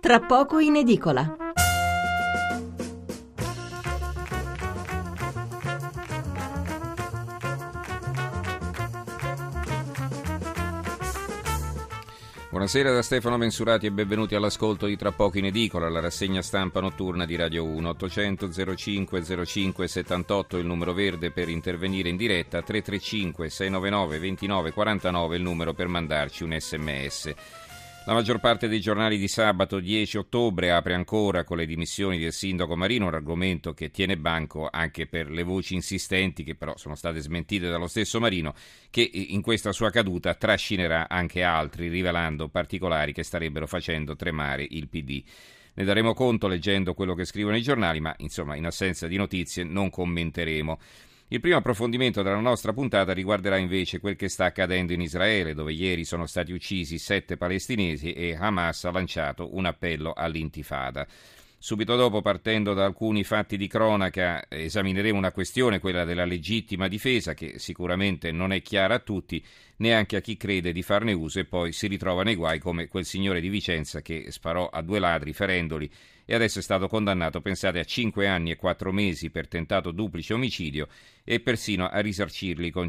tra poco in edicola. Buonasera da Stefano Mensurati e benvenuti all'ascolto di Tra poco in edicola, la rassegna stampa notturna di Radio 1. 800 05 05 78 il numero verde per intervenire in diretta, 335 699 29 49 il numero per mandarci un sms. La maggior parte dei giornali di sabato 10 ottobre apre ancora con le dimissioni del sindaco Marino, un argomento che tiene banco anche per le voci insistenti che però sono state smentite dallo stesso Marino, che in questa sua caduta trascinerà anche altri, rivelando particolari che starebbero facendo tremare il PD. Ne daremo conto leggendo quello che scrivono i giornali, ma insomma in assenza di notizie non commenteremo. Il primo approfondimento della nostra puntata riguarderà invece quel che sta accadendo in Israele, dove ieri sono stati uccisi 7 palestinesi e Hamas ha lanciato un appello all'intifada. Subito dopo, partendo da alcuni fatti di cronaca, esamineremo una questione, quella della legittima difesa, che sicuramente non è chiara a tutti, neanche a chi crede di farne uso, e poi si ritrova nei guai come quel signore di Vicenza che sparò a 2 ladri ferendoli e adesso è stato condannato, pensate, a 5 anni e 4 mesi per tentato duplice omicidio e persino a risarcirli con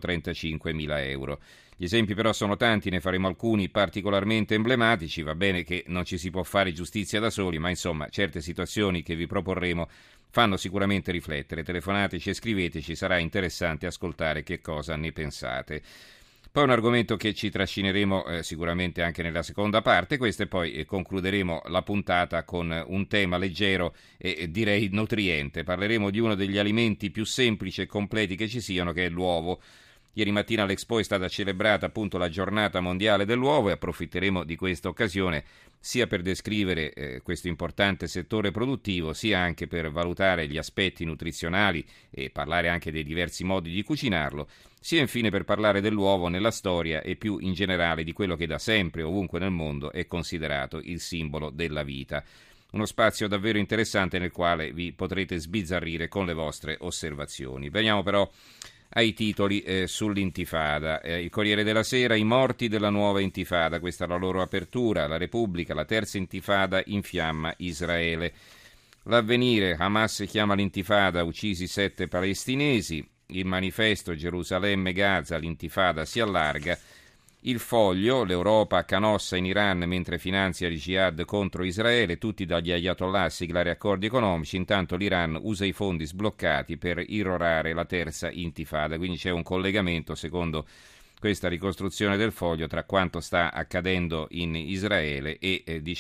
135.000 euro. Gli esempi però sono tanti, ne faremo alcuni particolarmente emblematici. Va bene che non ci si può fare giustizia da soli, ma insomma certe situazioni che vi proporremo fanno sicuramente riflettere. Telefonateci e scriveteci, sarà interessante ascoltare che cosa ne pensate. Poi un argomento che ci trascineremo sicuramente anche nella seconda parte, questo, e poi concluderemo la puntata con un tema leggero e direi nutriente. Parleremo di uno degli alimenti più semplici e completi che ci siano, che è l'uovo. Ieri mattina all'Expo è stata celebrata appunto la giornata mondiale dell'uovo e approfitteremo di questa occasione sia per descrivere questo importante settore produttivo, sia anche per valutare gli aspetti nutrizionali e parlare anche dei diversi modi di cucinarlo, sia infine per parlare dell'uovo nella storia e più in generale di quello che da sempre ovunque nel mondo è considerato il simbolo della vita. Uno spazio davvero interessante nel quale vi potrete sbizzarrire con le vostre osservazioni. Veniamo però ai titoli sull'intifada. Il Corriere della Sera, i morti della nuova intifada, questa è la loro apertura. La Repubblica, la terza intifada infiamma Israele. L'Avvenire, Hamas chiama l'intifada, uccisi 7 palestinesi. Il Manifesto, Gerusalemme, Gaza, l'intifada si allarga. Il Foglio, l'Europa canossa in Iran mentre finanzia il jihad contro Israele, tutti dagli ayatollah a siglare accordi economici, intanto l'Iran usa i fondi sbloccati per irrorare la terza intifada. Quindi c'è un collegamento, secondo questa ricostruzione del Foglio, tra quanto sta accadendo in Israele e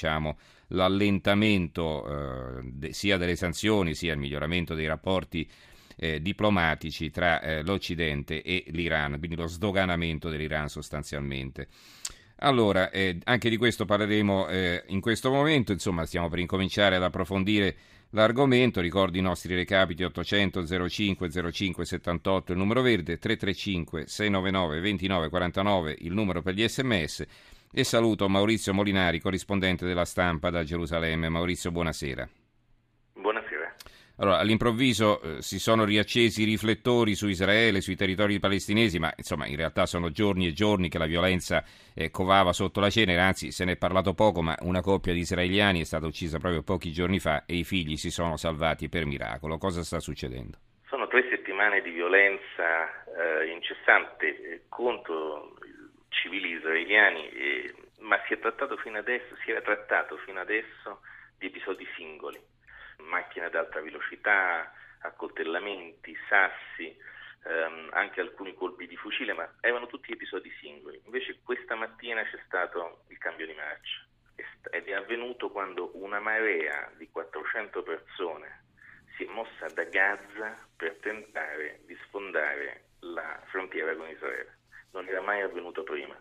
l'allentamento sia delle sanzioni sia il miglioramento dei rapporti diplomatici tra l'Occidente e l'Iran, quindi lo sdoganamento dell'Iran sostanzialmente. Allora, anche di questo parleremo in questo momento, insomma stiamo per incominciare ad approfondire l'argomento. Ricordo i nostri recapiti: 800 05 05 78 il numero verde, 335 699 29 49 il numero per gli sms, e saluto Maurizio Molinari, corrispondente della Stampa da Gerusalemme. Maurizio, buonasera. Buonasera. Allora, all'improvviso si sono riaccesi i riflettori su Israele, sui territori palestinesi, ma insomma in realtà sono giorni e giorni che la violenza covava sotto la cenere, anzi se ne è parlato poco, ma una coppia di israeliani è stata uccisa proprio pochi giorni fa e i figli si sono salvati per miracolo. Cosa sta succedendo? Sono 3 settimane di violenza incessante contro i civili israeliani, ma si era trattato fino adesso di episodi singoli. Macchine ad alta velocità, accoltellamenti, sassi, anche alcuni colpi di fucile, ma erano tutti episodi singoli. Invece questa mattina c'è stato il cambio di marcia ed è avvenuto quando una marea di 400 persone si è mossa da Gaza per tentare di sfondare la frontiera con Israele. Non era mai avvenuto prima.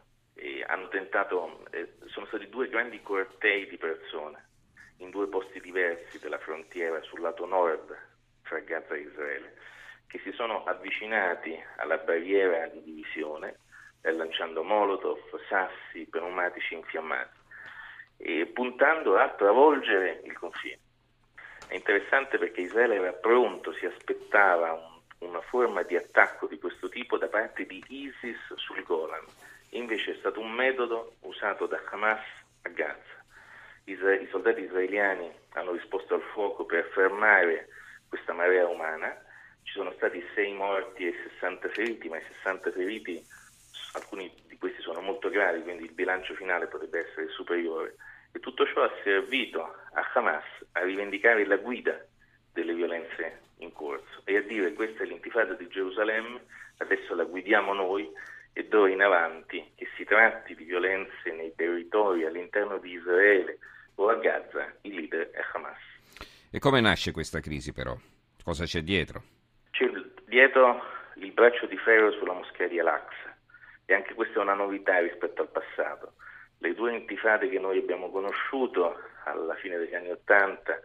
Sono stati 2 grandi cortei di persone in 2 posti diversi della frontiera sul lato nord fra Gaza e Israele, che si sono avvicinati alla barriera di divisione lanciando molotov, sassi, pneumatici infiammati e puntando a travolgere il confine. È interessante perché Israele era pronto, si aspettava una forma di attacco di questo tipo da parte di ISIS sul Golan, invece è stato un metodo usato da Hamas a Gaza. I soldati israeliani hanno risposto al fuoco per fermare questa marea umana. Ci sono stati 6 morti e 60 feriti, ma i 60 feriti, alcuni di questi sono molto gravi, quindi il bilancio finale potrebbe essere superiore. E tutto ciò ha servito a Hamas a rivendicare la guida delle violenze in corso e a dire: questa è l'intifada di Gerusalemme, adesso la guidiamo noi, e d'ora in avanti, che si tratti di violenze nei territori all'interno di Israele o a Gaza, il leader è Hamas. E come nasce questa crisi però? Cosa c'è dietro? C'è dietro il braccio di ferro sulla moschea di Al-Aqsa, e anche questa è una novità rispetto al passato. Le 2 intifade che noi abbiamo conosciuto alla fine degli anni '80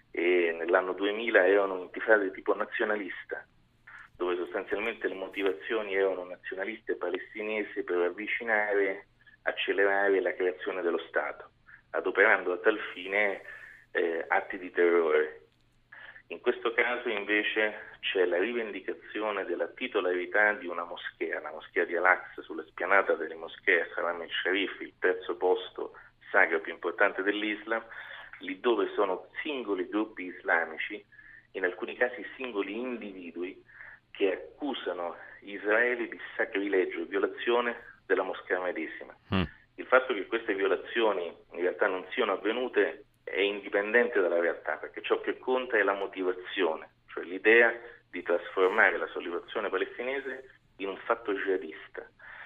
e nell'anno 2000 erano intifade di tipo nazionalista, dove sostanzialmente le motivazioni erano nazionaliste palestinesi per avvicinare, accelerare la creazione dello Stato, adoperando a tal fine atti di terrore. In questo caso invece c'è la rivendicazione della titolarità di una moschea, la moschea di Al-Aqsa, sulla spianata delle moschee Haram el-Sharif, il 3° posto sacro più importante dell'Islam, lì dove sono singoli gruppi islamici, in alcuni casi singoli individui, che accusano Israele di sacrilegio e violazione della moschea medesima. Il fatto che queste violazioni in realtà non siano avvenute è indipendente dalla realtà, perché ciò che conta è la motivazione, cioè l'idea di trasformare la sollevazione palestinese in un fatto jihadista,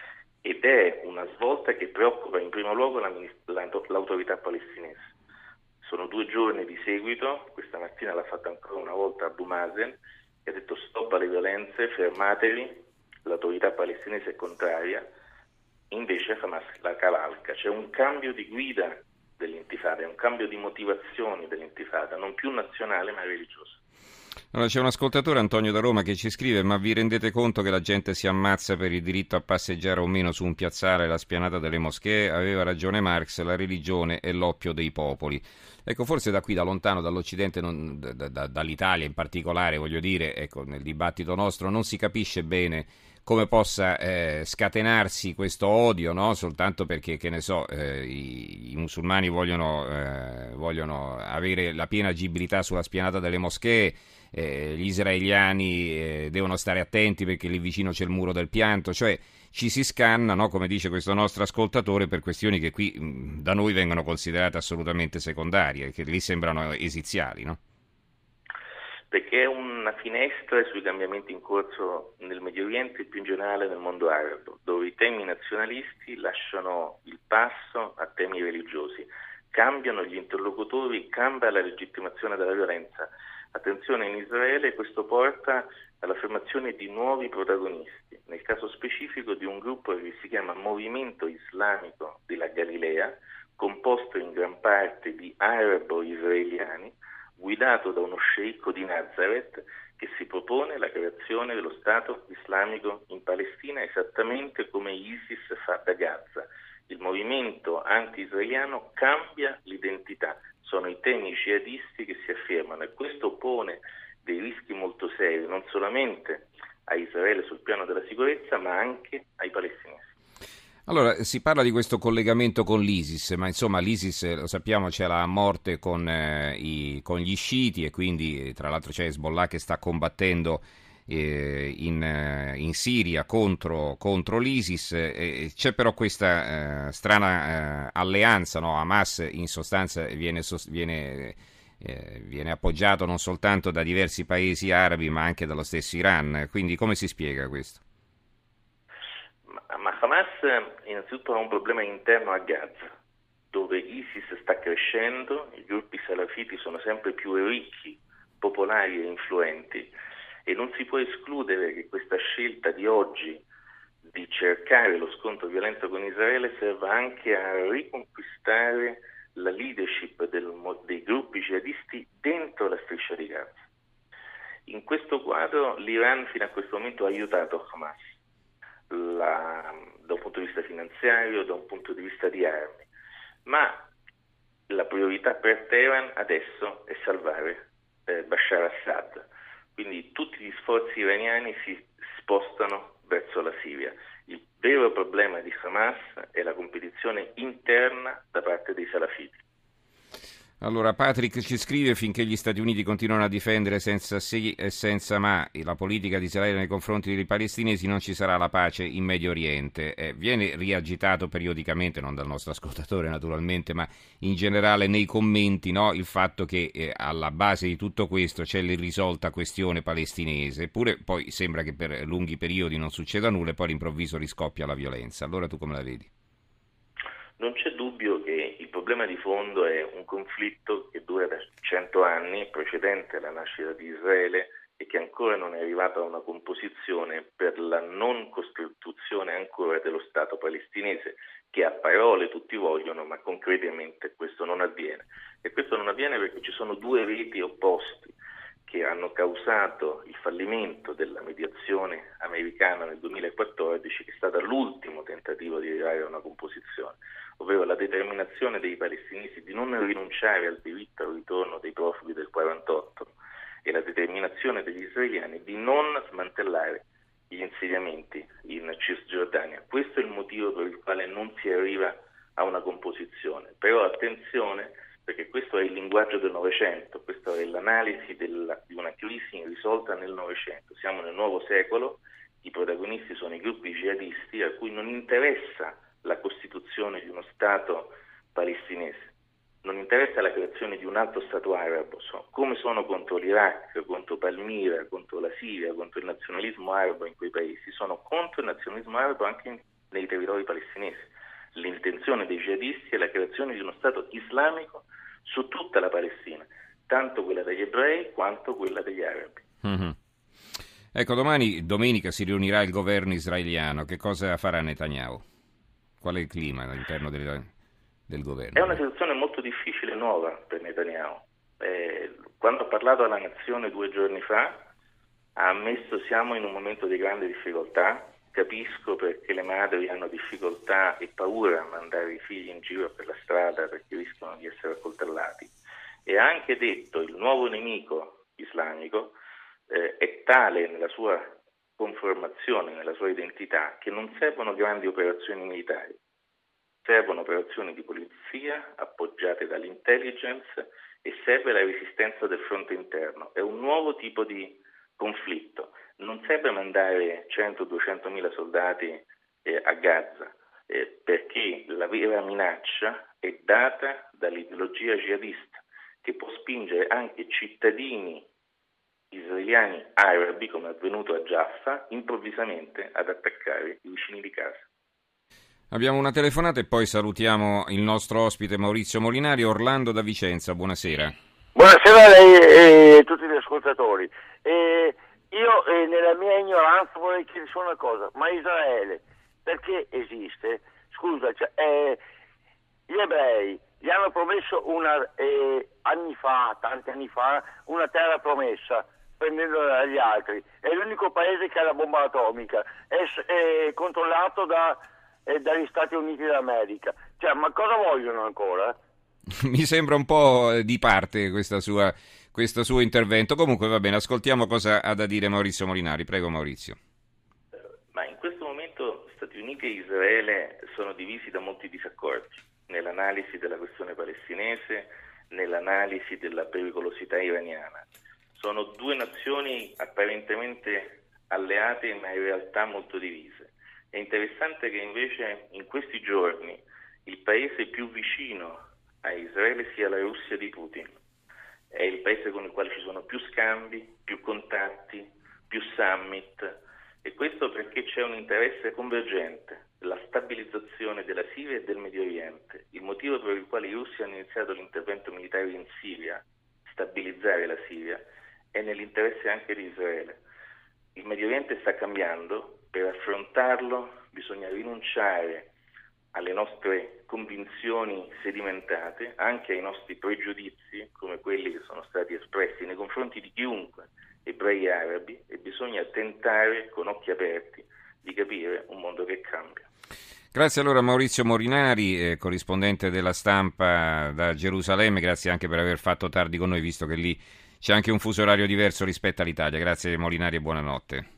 ed è una svolta che preoccupa in primo luogo l'autorità palestinese. Sono 2 giorni di seguito, questa mattina l'ha fatta ancora una volta Abu Mazen, che ha detto: stop alle violenze, fermatevi, l'autorità palestinese è contraria. Invece Hamas la cavalca. C'è un cambio di guida dell'intifada, è un cambio di motivazioni dell'intifada, non più nazionale ma religiosa. Allora, c'è un ascoltatore, Antonio da Roma, che ci scrive: ma vi rendete conto che la gente si ammazza per il diritto a passeggiare o meno su un piazzale, la spianata delle moschee? Aveva ragione Marx, la religione è l'oppio dei popoli. Ecco, forse da qui, da lontano, dall'Occidente, dall'Italia in particolare, voglio dire, ecco, nel dibattito nostro non si capisce bene come possa scatenarsi questo odio, no? Soltanto perché, che ne so, i musulmani vogliono avere la piena agibilità sulla spianata delle moschee, gli israeliani devono stare attenti perché lì vicino c'è il muro del pianto, cioè ci si scanna, no? Come dice questo nostro ascoltatore, per questioni che qui da noi vengono considerate assolutamente secondarie, che lì sembrano esiziali, no? Perché è una finestra sui cambiamenti in corso nel Medio Oriente e più in generale nel mondo arabo, dove i temi nazionalisti lasciano il passo a temi religiosi, cambiano gli interlocutori, cambia la legittimazione della violenza. Attenzione, in Israele questo porta all'affermazione di nuovi protagonisti, nel caso specifico di un gruppo che si chiama Movimento Islamico della Galilea, composto in gran parte di arabo-israeliani, guidato da uno sceicco di Nazareth, che si propone la creazione dello Stato islamico in Palestina, esattamente come ISIS fa da Gaza. Il movimento anti-israeliano cambia l'identità, sono i temi jihadisti che si affermano, e questo pone dei rischi molto seri, non solamente a Israele sul piano della sicurezza, ma anche ai palestinesi. Allora, si parla di questo collegamento con l'ISIS, ma insomma l'ISIS, lo sappiamo, c'è la morte con gli sciiti, e quindi tra l'altro c'è Hezbollah che sta combattendo in Siria contro l'ISIS. C'è però questa strana alleanza, no? Hamas in sostanza viene appoggiato non soltanto da diversi paesi arabi ma anche dallo stesso Iran, quindi come si spiega questo? Ma Hamas innanzitutto ha un problema interno a Gaza, dove ISIS sta crescendo, i gruppi salafiti sono sempre più ricchi, popolari e influenti, e non si può escludere che questa scelta di oggi di cercare lo scontro violento con Israele serva anche a riconquistare la leadership dei gruppi jihadisti dentro la striscia di Gaza. In questo quadro l'Iran fino a questo momento ha aiutato Hamas da un punto di vista finanziario, da un punto di vista di armi, ma la priorità per Teheran adesso è salvare Bashar Assad, quindi tutti gli sforzi iraniani si spostano verso la Siria. Il vero problema di Hamas è la competizione interna da parte dei salafiti. Allora, Patrick ci scrive: finché gli Stati Uniti continuano a difendere senza sì e senza ma la politica di Israele nei confronti dei palestinesi, non ci sarà la pace in Medio Oriente. Viene riagitato periodicamente, non dal nostro ascoltatore naturalmente, ma in generale nei commenti, no, il fatto che alla base di tutto questo c'è l'irrisolta questione palestinese, eppure poi sembra che per lunghi periodi non succeda nulla e poi all'improvviso riscoppia la violenza. Allora tu come la vedi? Non c'è dubbio che il problema di fondo è un conflitto che dura da 100 anni, precedente alla nascita di Israele, e che ancora non è arrivato a una composizione per la non costituzione ancora dello Stato palestinese, che a parole tutti vogliono, ma concretamente questo non avviene. E questo non avviene perché ci sono due veti opposti che hanno causato il fallimento della mediazione americana nel 2014, che è stata l'ultimo tentativo di arrivare a una composizione, ovvero la determinazione dei palestinesi di non rinunciare al diritto al ritorno dei profughi del 48 e la determinazione degli israeliani di non smantellare gli insediamenti in Cisgiordania. Questo è il motivo per il quale non si arriva a una composizione. Però attenzione, perché questo è il linguaggio del Novecento, questa è l'analisi di una crisi irrisolta nel Novecento. Siamo nel nuovo secolo, i protagonisti sono i gruppi jihadisti a cui non interessa la costituzione di uno Stato palestinese, non interessa la creazione di un altro Stato arabo, come sono contro l'Iraq, contro Palmira, contro la Siria, contro il nazionalismo arabo in quei paesi, sono contro il nazionalismo arabo anche nei territori palestinesi. L'intenzione dei jihadisti è la creazione di uno Stato islamico su tutta la Palestina, tanto quella degli ebrei quanto quella degli arabi. Mm-hmm. Ecco, domenica si riunirà il governo israeliano. Che cosa farà Netanyahu? Qual è il clima all'interno del governo? È una situazione molto difficile e nuova per Netanyahu. Quando ha parlato alla nazione 2 giorni fa ha ammesso siamo in un momento di grande difficoltà. Capisco perché le madri hanno difficoltà e paura a mandare i figli in giro per la strada perché rischiano di essere accoltellati. E ha anche detto il nuovo nemico islamico è tale nella sua conformazione, nella sua identità, che non servono grandi operazioni militari, servono operazioni di polizia appoggiate dall'intelligence e serve la resistenza del fronte interno. È un nuovo tipo di conflitto. Non serve mandare 100-200 mila soldati a Gaza, perché la vera minaccia è data dall'ideologia jihadista, che può spingere anche cittadini israeliani arabi, come è avvenuto a Jaffa, improvvisamente ad attaccare i vicini di casa. Abbiamo una telefonata e poi salutiamo il nostro ospite Maurizio Molinari. Orlando da Vicenza, buonasera. Buonasera a lei e tutti gli ascoltatori. Io nella mia ignoranza vorrei chiedere solo una cosa, ma Israele perché esiste? Scusa, gli ebrei gli hanno promesso tanti anni fa, una terra promessa, prendendola dagli altri. È l'unico paese che ha la bomba atomica, è controllato dagli Stati Uniti d'America. Ma cosa vogliono ancora? Mi sembra un po' di parte questo suo intervento. Comunque va bene, ascoltiamo cosa ha da dire Maurizio Molinari. Prego Maurizio. Ma in questo momento Stati Uniti e Israele sono divisi da molti disaccordi nell'analisi della questione palestinese, nell'analisi della pericolosità iraniana. Sono due nazioni apparentemente alleate ma in realtà molto divise. È interessante che invece in questi giorni il paese più vicino a Israele sia la Russia di Putin. È il paese con il quale ci sono più scambi, più contatti, più summit, e questo perché c'è un interesse convergente, la stabilizzazione della Siria e del Medio Oriente. Il motivo per il quale i russi hanno iniziato l'intervento militare in Siria, stabilizzare la Siria, è nell'interesse anche di Israele. Il Medio Oriente sta cambiando, per affrontarlo bisogna rinunciare alle nostre convinzioni sedimentate, anche ai nostri pregiudizi, come quelli che sono stati espressi nei confronti di chiunque, ebrei e arabi, e bisogna tentare con occhi aperti di capire un mondo che cambia. Grazie allora a Maurizio Molinari, corrispondente della Stampa da Gerusalemme, grazie anche per aver fatto tardi con noi, visto che lì c'è anche un fuso orario diverso rispetto all'Italia. Grazie Molinari e buonanotte.